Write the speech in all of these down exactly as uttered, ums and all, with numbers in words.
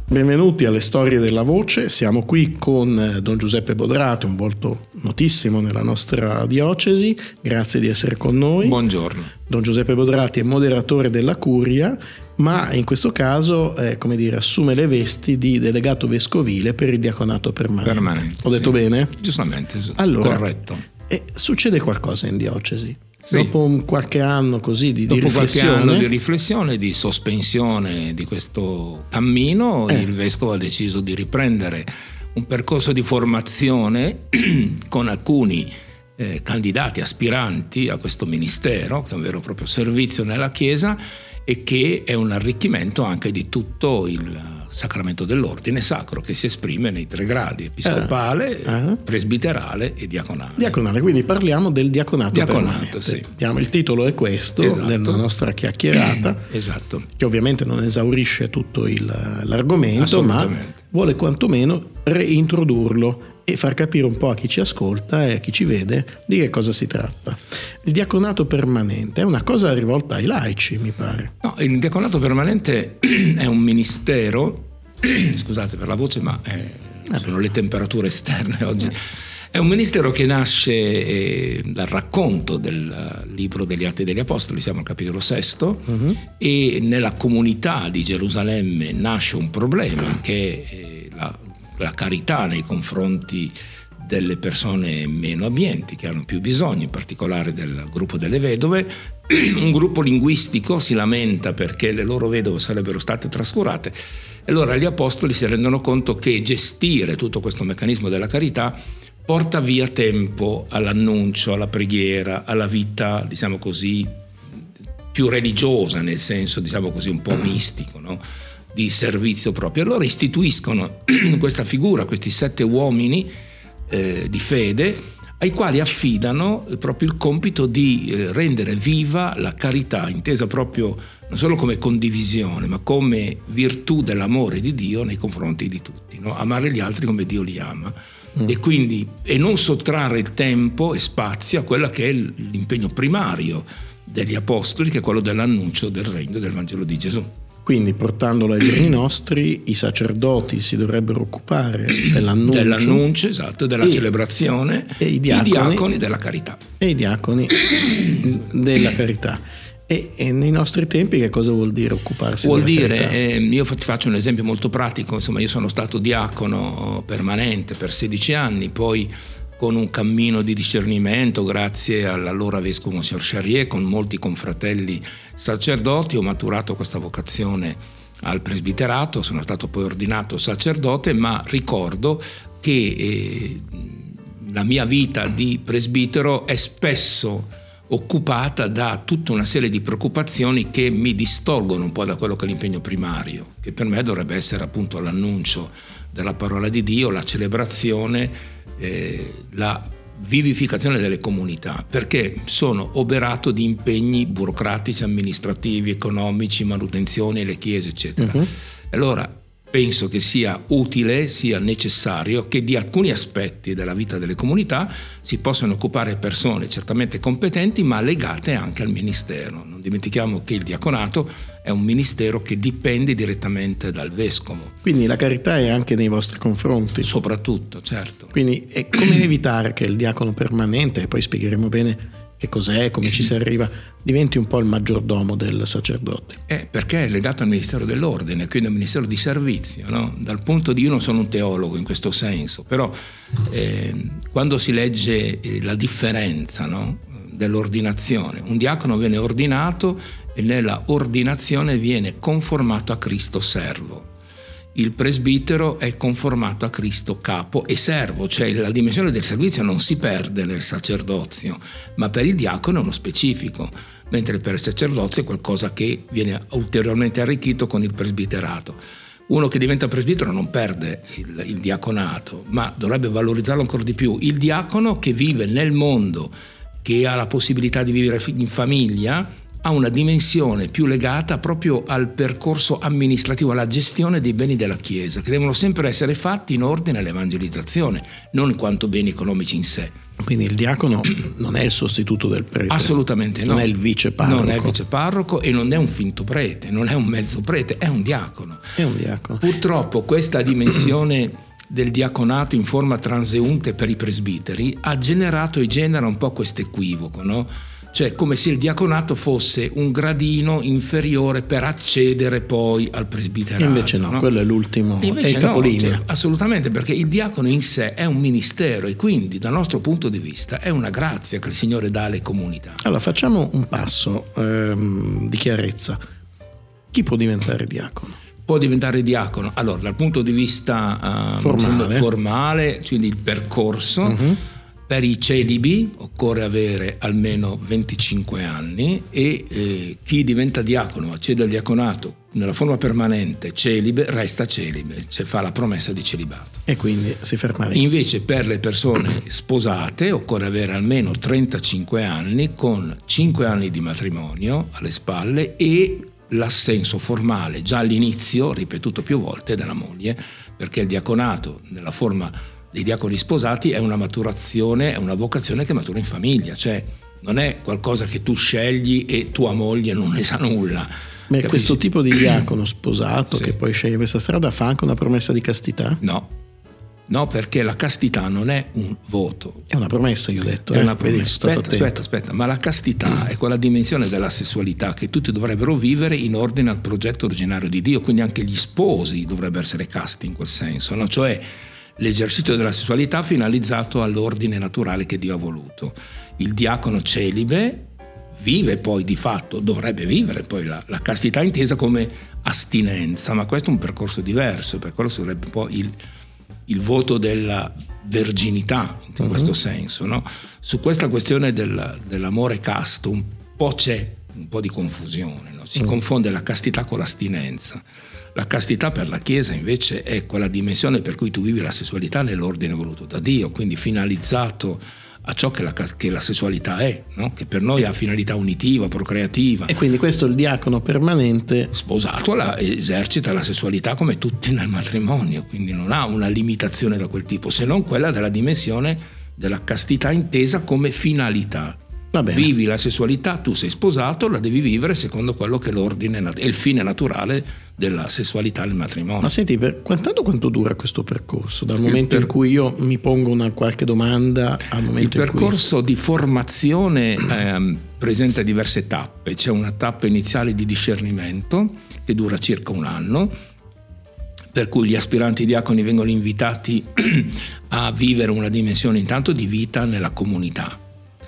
Benvenuti alle Storie della Voce, siamo qui con Don Giuseppe Bodrati, un volto notissimo nella nostra diocesi, grazie di essere con noi. Buongiorno. Don Giuseppe Bodrati è moderatore della Curia, ma in questo caso eh, come dire, assume le vesti di delegato vescovile per il diaconato permanente. Permanente. Ho detto sì. bene? Giustamente, allora, corretto. E succede qualcosa in diocesi? Sì. Dopo un qualche anno così di, Dopo di riflessione, qualche anno di riflessione, di sospensione di questo cammino, eh. il vescovo ha deciso di riprendere un percorso di formazione con alcuni eh, candidati, aspiranti a questo ministero, che è un vero e proprio servizio nella Chiesa e che è un arricchimento anche di tutto il sacramento dell'ordine sacro che si esprime nei tre gradi: episcopale, eh. Eh. presbiterale e diaconale. Diaconale, quindi parliamo del diaconato, diaconato permanente. Sì. Il titolo è questo, esatto. della nostra chiacchierata, esatto. che ovviamente non esaurisce tutto il, l'argomento, ma vuole quantomeno reintrodurlo e far capire un po' a chi ci ascolta e a chi ci vede di che cosa si tratta. Il diaconato permanente è una cosa rivolta ai laici, mi pare. No, il diaconato permanente è un ministero, scusate per la voce, ma è, sono le temperature esterne oggi. È un ministero che nasce eh, dal racconto del libro degli Atti degli Apostoli, siamo al capitolo sesto, uh-huh. e nella comunità di Gerusalemme nasce un problema che è eh, la la carità nei confronti delle persone meno abbienti, che hanno più bisogno, in particolare del gruppo delle vedove. Un gruppo linguistico si lamenta perché le loro vedove sarebbero state trascurate, e allora gli apostoli si rendono conto che gestire tutto questo meccanismo della carità porta via tempo all'annuncio, alla preghiera, alla vita, diciamo così, più religiosa, nel senso, diciamo così, un po' mistico, no? Di servizio proprio. Allora istituiscono questa figura, questi sette uomini eh, di fede, ai quali affidano proprio il compito di eh, rendere viva la carità, intesa proprio non solo come condivisione, ma come virtù dell'amore di Dio nei confronti di tutti, no? Amare gli altri come Dio li ama. Mm. E quindi e non sottrarre il tempo e spazio a quella che è l'impegno primario degli apostoli, che è quello dell'annuncio del regno del Vangelo di Gesù. Quindi, portandolo ai giorni nostri, i sacerdoti si dovrebbero occupare dell'annuncio, dell'annuncio esatto, della e, celebrazione, e i diaconi, i diaconi della carità. E i diaconi della carità. E, e nei nostri tempi che cosa vuol dire occuparsi vuol della dire, carità? Eh, io ti faccio un esempio molto pratico. Insomma, io sono stato diacono permanente per sedici anni, poi con un cammino di discernimento, grazie all'allora vescovo Monsignor Charrier, con molti confratelli sacerdoti, ho maturato questa vocazione al presbiterato, sono stato poi ordinato sacerdote, ma ricordo che eh, la mia vita di presbitero è spesso occupata da tutta una serie di preoccupazioni che mi distolgono un po' da quello che è l'impegno primario, che per me dovrebbe essere appunto l'annuncio della parola di Dio, la celebrazione, Eh, la vivificazione delle comunità, perché sono oberato di impegni burocratici, amministrativi, economici, manutenzione, le chiese, eccetera. Uh-huh. Allora penso che sia utile, sia necessario che di alcuni aspetti della vita delle comunità si possano occupare persone certamente competenti, ma legate anche al ministero. Non dimentichiamo che il diaconato è un ministero che dipende direttamente dal vescovo. Quindi la carità è anche nei vostri confronti. Soprattutto, certo. Quindi è come evitare che il diacono permanente, e poi spiegheremo bene che cos'è, come ci si arriva, diventi un po' il maggiordomo del sacerdote. Eh, perché è legato al Ministero dell'Ordine, quindi al Ministero di Servizio, no? Dal punto di io non sono un teologo in questo senso, però eh, quando si legge eh, la differenza, no? Dell'ordinazione, un diacono viene ordinato e nella ordinazione viene conformato a Cristo servo. Il presbitero è conformato a Cristo capo e servo, cioè la dimensione del servizio non si perde nel sacerdozio, ma per il diacono è uno specifico, mentre per il sacerdozio è qualcosa che viene ulteriormente arricchito con il presbiterato. Uno che diventa presbitero non perde il, il diaconato, ma dovrebbe valorizzarlo ancora di più. Il diacono che vive nel mondo, che ha la possibilità di vivere in famiglia, ha una dimensione più legata proprio al percorso amministrativo, alla gestione dei beni della Chiesa, che devono sempre essere fatti in ordine all'evangelizzazione, non in quanto beni economici in sé. Quindi il diacono non è il sostituto del prete. Assolutamente no. Non è il vice parroco. Non è il vice parroco e non è un finto prete, non è un mezzo prete, è un diacono. È un diacono. Purtroppo questa dimensione del diaconato in forma transeunte per i presbiteri ha generato e genera un po' questo equivoco, no? Cioè come se il diaconato fosse un gradino inferiore per accedere poi al presbiterato. Invece no, no? Quello è l'ultimo, Invece è il capolinea. No, cioè, assolutamente, perché il diacono in sé è un ministero e quindi dal nostro punto di vista è una grazia che il Signore dà alle comunità. Allora facciamo un passo ehm, di chiarezza. Chi può diventare diacono? Può diventare diacono, allora dal punto di vista uh, formale. formale, quindi il percorso, uh-huh. Per i celibi occorre avere almeno venticinque anni e eh, chi diventa diacono, accede al diaconato nella forma permanente celibe, resta celibe, cioè fa la promessa di celibato. E quindi si ferma lì. Invece per le persone sposate occorre avere almeno trentacinque anni con cinque anni di matrimonio alle spalle e l'assenso formale già all'inizio, ripetuto più volte, della moglie, perché il diaconato nella forma dei diaconi sposati è una maturazione, è una vocazione che matura in famiglia, cioè non è qualcosa che tu scegli e tua moglie non ne sa nulla. Ma capisci? Questo tipo di diacono sposato sì. che poi sceglie questa strada fa anche una promessa di castità? No, no, perché la castità non è un voto. È una promessa, io ho detto. È eh? una promessa. Vedi, sono aspetta, aspetta, aspetta, ma la castità mm. è quella dimensione della sessualità che tutti dovrebbero vivere in ordine al progetto originario di Dio, quindi anche gli sposi dovrebbero essere casti in quel senso, no? Cioè l'esercizio della sessualità finalizzato all'ordine naturale che Dio ha voluto. Il diacono celibe vive poi di fatto, dovrebbe vivere poi la, la castità intesa come astinenza, ma questo è un percorso diverso, per quello sarebbe poi il, il voto della verginità in uh-huh. questo senso, no? Su questa questione del, dell'amore casto un po' c'è un po' di confusione, no? Si uh-huh. confonde la castità con l'astinenza. La castità per la Chiesa invece è quella dimensione per cui tu vivi la sessualità nell'ordine voluto da Dio, quindi finalizzato a ciò che la, che la sessualità è, no? Che per noi ha finalità unitiva, procreativa. E quindi questo è il diacono permanente. Sposato la, esercita la sessualità come tutti nel matrimonio, quindi non ha una limitazione da quel tipo, se non quella della dimensione della castità intesa come finalità. Va bene. Vivi la sessualità, tu sei sposato, la devi vivere secondo quello che è l'ordine e il fine naturale della sessualità nel matrimonio. Ma senti, per quanto, quanto dura questo percorso? Dal momento per... in cui io mi pongo una qualche domanda al momento il in cui... percorso di formazione eh, presenta diverse tappe. C'è una tappa iniziale di discernimento che dura circa un anno, per cui gli aspiranti diaconi vengono invitati a vivere una dimensione intanto di vita nella comunità.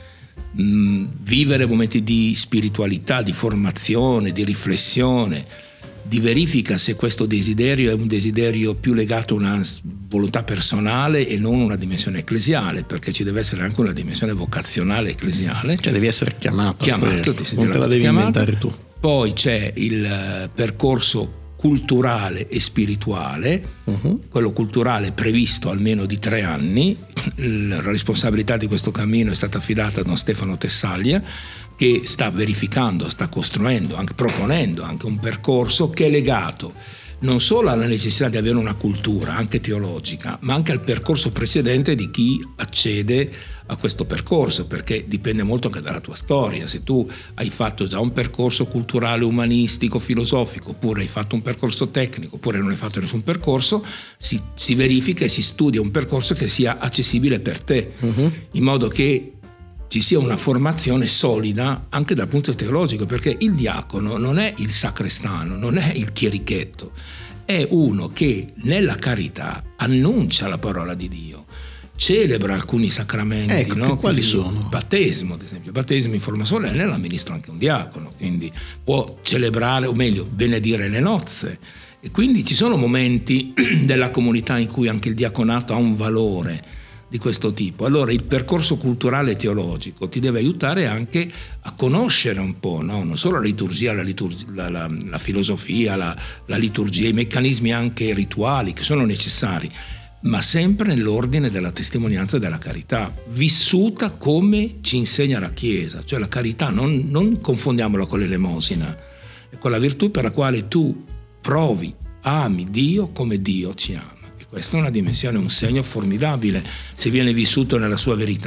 Vivere momenti di spiritualità, di formazione, di riflessione, di verifica se questo desiderio è un desiderio più legato a una volontà personale e non una dimensione ecclesiale, perché ci deve essere anche una dimensione vocazionale ecclesiale. Cioè devi essere chiamato, chiamato ti non te la devi chiamato. inventare tu. Poi c'è il percorso culturale e spirituale, uh-huh. quello culturale previsto almeno di tre anni. La responsabilità di questo cammino è stata affidata a don Stefano Tessaglia, che sta verificando, sta costruendo, anche proponendo anche un percorso che è legato non solo alla necessità di avere una cultura anche teologica, ma anche al percorso precedente di chi accede a questo percorso, perché dipende molto anche dalla tua storia. Se tu hai fatto già un percorso culturale, umanistico, filosofico, oppure hai fatto un percorso tecnico, oppure non hai fatto nessun percorso, si, si verifica e si studia un percorso che sia accessibile per te, uh-huh. in modo che ci sia una formazione solida anche dal punto teologico, perché il diacono non è il sacrestano, non è il chierichetto, è uno che nella carità annuncia la parola di Dio, celebra alcuni sacramenti, ecco, no? Quali quindi, sono? Il battesimo, ad esempio, il battesimo in forma solenne l'amministra anche un diacono, quindi può celebrare, o meglio, benedire le nozze. E quindi ci sono momenti della comunità in cui anche il diaconato ha un valore di questo tipo. Allora il percorso culturale e teologico ti deve aiutare anche a conoscere un po', no? Non solo la liturgia, la, liturgia, la, la, la filosofia, la, la liturgia, i meccanismi anche rituali che sono necessari, ma sempre nell'ordine della testimonianza della carità, vissuta come ci insegna la Chiesa. Cioè la carità, non, non confondiamola con l'elemosina, è quella virtù per la quale tu provi, ami Dio come Dio ci ama. Questa è una dimensione, un segno formidabile se viene vissuto nella sua verità.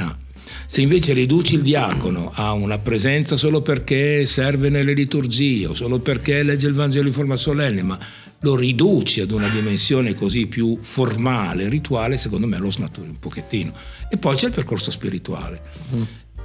Se invece riduci il diacono a una presenza solo perché serve nelle liturgie o solo perché legge il Vangelo in forma solenne, ma lo riduci ad una dimensione così più formale, rituale, secondo me lo snaturi un pochettino. E poi c'è il percorso spirituale. Mm.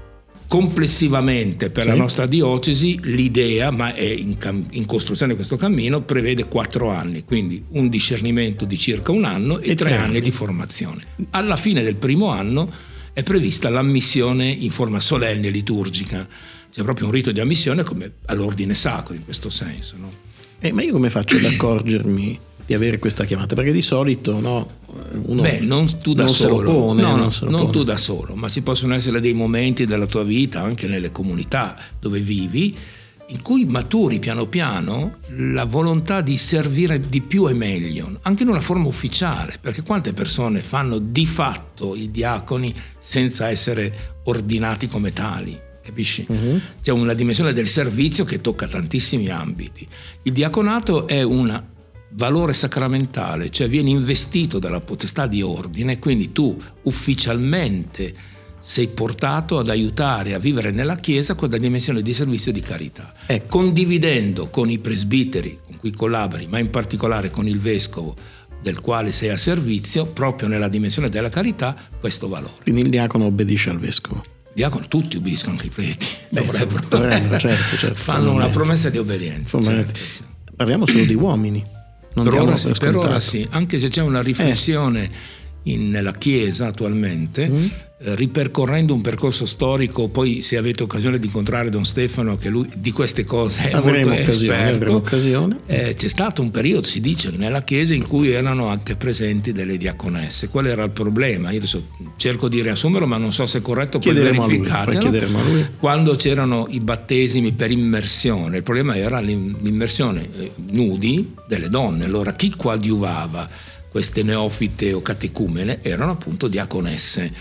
Complessivamente per sì. la nostra diocesi l'idea, ma è in, cam- in costruzione questo cammino, prevede quattro anni, quindi un discernimento di circa un anno e, e tre anni. anni di formazione. Alla fine del primo anno è prevista l'ammissione in forma solenne liturgica, c'è proprio un rito di ammissione come all'ordine sacro in questo senso, no? Eh, ma io come faccio ad accorgermi di avere questa chiamata? Perché di solito no, uno Beh, non tu da non solo, se lo pone, no, non, se lo non pone. tu da solo, ma ci possono essere dei momenti della tua vita, anche nelle comunità dove vivi, in cui maturi piano piano la volontà di servire di più e meglio, anche in una forma ufficiale, perché quante persone fanno di fatto i diaconi senza essere ordinati come tali? Capisci? Uh-huh. C'è una dimensione del servizio che tocca tantissimi ambiti. Il diaconato è un valore sacramentale, cioè viene investito dalla potestà di ordine, quindi tu ufficialmente sei portato ad aiutare a vivere nella Chiesa quella dimensione di servizio e di carità, ecco. Condividendo con i presbiteri con cui collabori, ma in particolare con il vescovo del quale sei a servizio, proprio nella dimensione della carità, questo valore. Quindi il diacono obbedisce al vescovo. Diacono, tutti obbediscono, anche i preti. Beh, dovrebbero, dovrebbero certo, certo, fanno una promessa di obbedienza. Certo, certo. Parliamo solo di uomini. Non per, ora per, sì, per ora sì, anche se c'è una riflessione eh. in, nella Chiesa attualmente, mm. eh, ripercorrendo un percorso storico. Poi se avete occasione di incontrare Don Stefano, che lui di queste cose è avremo molto occasione, esperto, avremo occasione. Eh, c'è stato un periodo, si dice, nella Chiesa in cui erano anche presenti delle diaconesse. Qual era il problema? Io adesso cerco di riassumerlo, ma non so se è corretto, poi verificatelo. Quando c'erano i battesimi per immersione, il problema era l'immersione eh, nudi delle donne. Allora chi coadiuvava queste neofite o catecumene erano appunto diaconesse.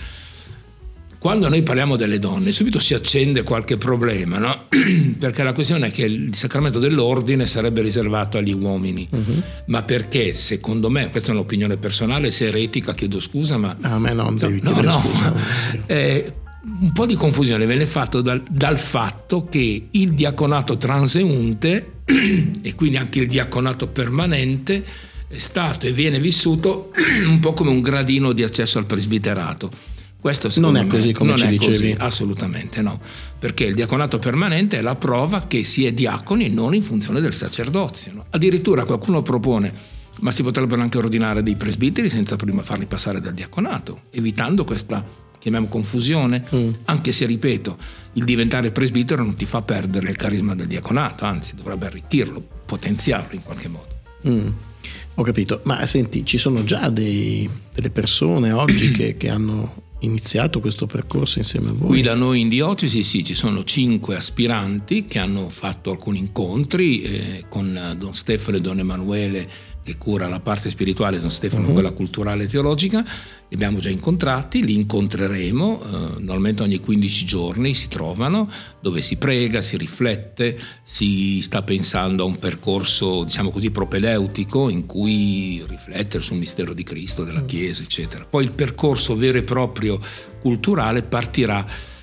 Quando noi parliamo delle donne subito si accende qualche problema, no? Perché la questione è che il sacramento dell'ordine sarebbe riservato agli uomini, uh-huh. ma perché secondo me, questa è un'opinione personale, se eretica chiedo scusa, ma a me non devi no, chiedere no, scusa. Eh, un po' di confusione viene fatto dal, dal fatto che il diaconato transeunte e quindi anche il diaconato permanente è stato e viene vissuto un po' come un gradino di accesso al presbiterato. Questo non è me, così come non ci è dicevi. Così, assolutamente no, perché il diaconato permanente è la prova che si è diaconi non in funzione del sacerdozio, no? Addirittura qualcuno propone, ma si potrebbero anche ordinare dei presbiteri senza prima farli passare dal diaconato, evitando questa, chiamiamo, confusione, mm. anche se, ripeto, il diventare presbitero non ti fa perdere il carisma del diaconato, anzi dovrebbe arricchirlo, potenziarlo in qualche modo. Mm. Ho capito, ma senti, ci sono già dei, delle persone oggi che, che hanno iniziato questo percorso insieme a voi? Qui da noi in diocesi sì, ci sono cinque aspiranti che hanno fatto alcuni incontri eh, con Don Stefano e Don Emanuele, che cura la parte spirituale, Don Stefano uh-huh. quella culturale e teologica. Li abbiamo già incontrati, li incontreremo, eh, normalmente ogni quindici giorni si trovano, dove si prega, si riflette, si sta pensando a un percorso, diciamo così, propedeutico in cui riflettere sul mistero di Cristo, della Chiesa, eccetera. Poi il percorso vero e proprio culturale partirà,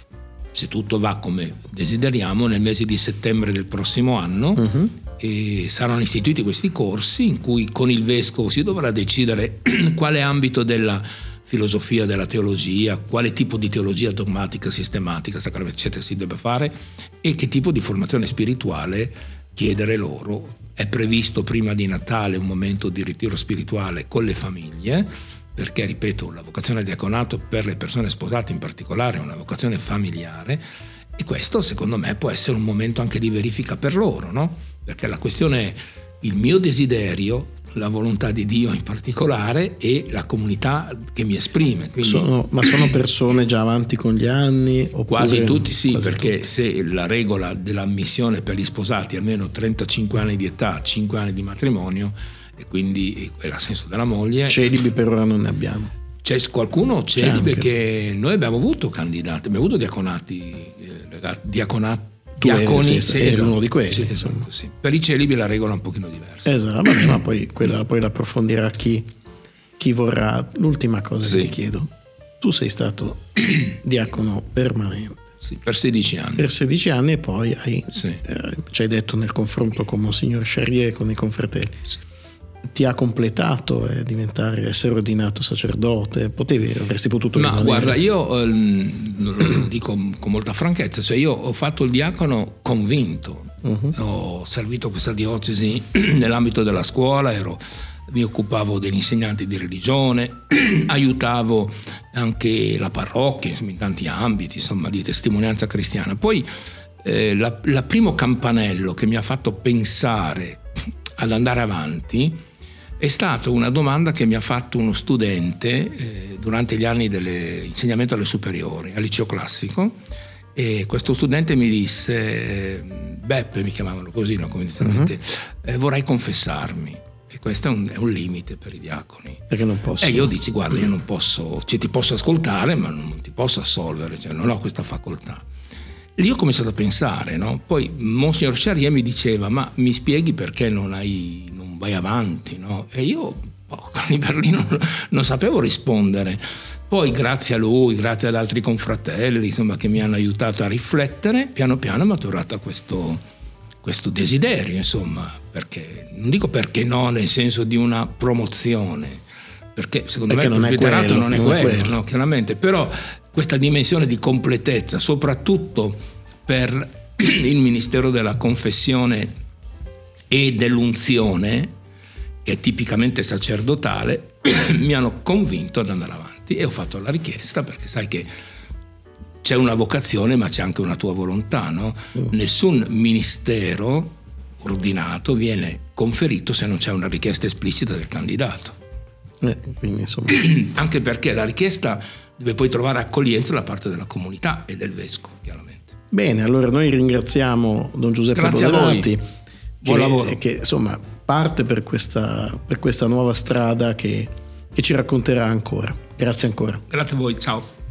se tutto va come desideriamo, nel mese di settembre del prossimo anno. Uh-huh. E saranno istituiti questi corsi in cui con il vescovo si dovrà decidere quale ambito della filosofia, della teologia, quale tipo di teologia dogmatica, sistematica, sacramentale, eccetera si debba fare e che tipo di formazione spirituale chiedere loro. È previsto prima di Natale un momento di ritiro spirituale con le famiglie, perché, ripeto, la vocazione al diaconato per le persone sposate in particolare è una vocazione familiare, e questo secondo me può essere un momento anche di verifica per loro, no? Perché la questione è il mio desiderio, la volontà di Dio in particolare e la comunità che mi esprime. Quindi, sono, ma sono persone già avanti con gli anni? Quasi tutti sì, quasi perché tutti. Se la regola dell'ammissione per gli sposati è almeno trentacinque anni di età, cinque anni di matrimonio, e quindi è l'assenso della moglie. Celibi per ora non ne abbiamo. C'è qualcuno celibe che noi abbiamo avuto candidati, abbiamo avuto diaconati, eh, diaconati. Tu diaconi, eri, sì, eri esatto, uno di quelli, sì, esatto, sì. Per i celibi la regola è un pochino diversa. Esatto, vabbè, ma poi quella poi l'approfondirà chi, chi vorrà. L'ultima cosa sì. che ti chiedo, tu sei stato diacono permanente. Sì, per sedici anni. Per sedici anni e poi hai, sì. eh, ci hai detto nel confronto con Monsignor Charrier e con i confratelli. Sì. Ti ha completato eh, diventare, essere ordinato sacerdote? Potevi, avresti potuto Ma rimanere? guarda, io eh, lo dico con molta franchezza, cioè io ho fatto il diacono convinto, uh-huh. ho servito questa diocesi nell'ambito della scuola, ero, mi occupavo degli insegnanti di religione, aiutavo anche la parrocchia, insomma, in tanti ambiti, insomma, di testimonianza cristiana. Poi eh, la, la primo campanello che mi ha fatto pensare ad andare avanti è stata una domanda che mi ha fatto uno studente eh, durante gli anni dell'insegnamento alle superiori, al liceo classico, e questo studente mi disse, Beppe mi chiamavano così, no, come inizialmente, uh-huh. eh, vorrei confessarmi. E questo è un, è un limite per i diaconi. Perché non posso? E io dici, guarda, io non posso, cioè ti posso ascoltare, ma non ti posso assolvere, cioè non ho questa facoltà. Lì ho cominciato a pensare, no? Poi Monsignor Charrier mi diceva, ma mi spieghi perché non hai, non vai avanti, no? E io, oh, lì per lì non, non sapevo rispondere. Poi grazie a lui, grazie ad altri confratelli, insomma, che mi hanno aiutato a riflettere, piano piano è maturato questo, questo desiderio, insomma, perché, non dico perché no, nel senso di una promozione, perché secondo perché me il presbiterato non è quello, non è quello, no, chiaramente, però questa dimensione di completezza, soprattutto per il ministero della confessione e dell'unzione, che è tipicamente sacerdotale, mi hanno convinto ad andare avanti e ho fatto la richiesta, perché sai che c'è una vocazione ma c'è anche una tua volontà, no? Mm. Nessun ministero ordinato viene conferito se non c'è una richiesta esplicita del candidato. Eh, quindi, insomma. Anche perché la richiesta deve poi trovare accoglienza da parte della comunità e del vescovo, chiaramente. Bene, allora noi ringraziamo Don Giuseppe Grazie Bodolati, a voi. Buon che, lavoro. Che insomma parte per questa, per questa nuova strada che, che ci racconterà ancora. Grazie ancora. Grazie a voi, ciao.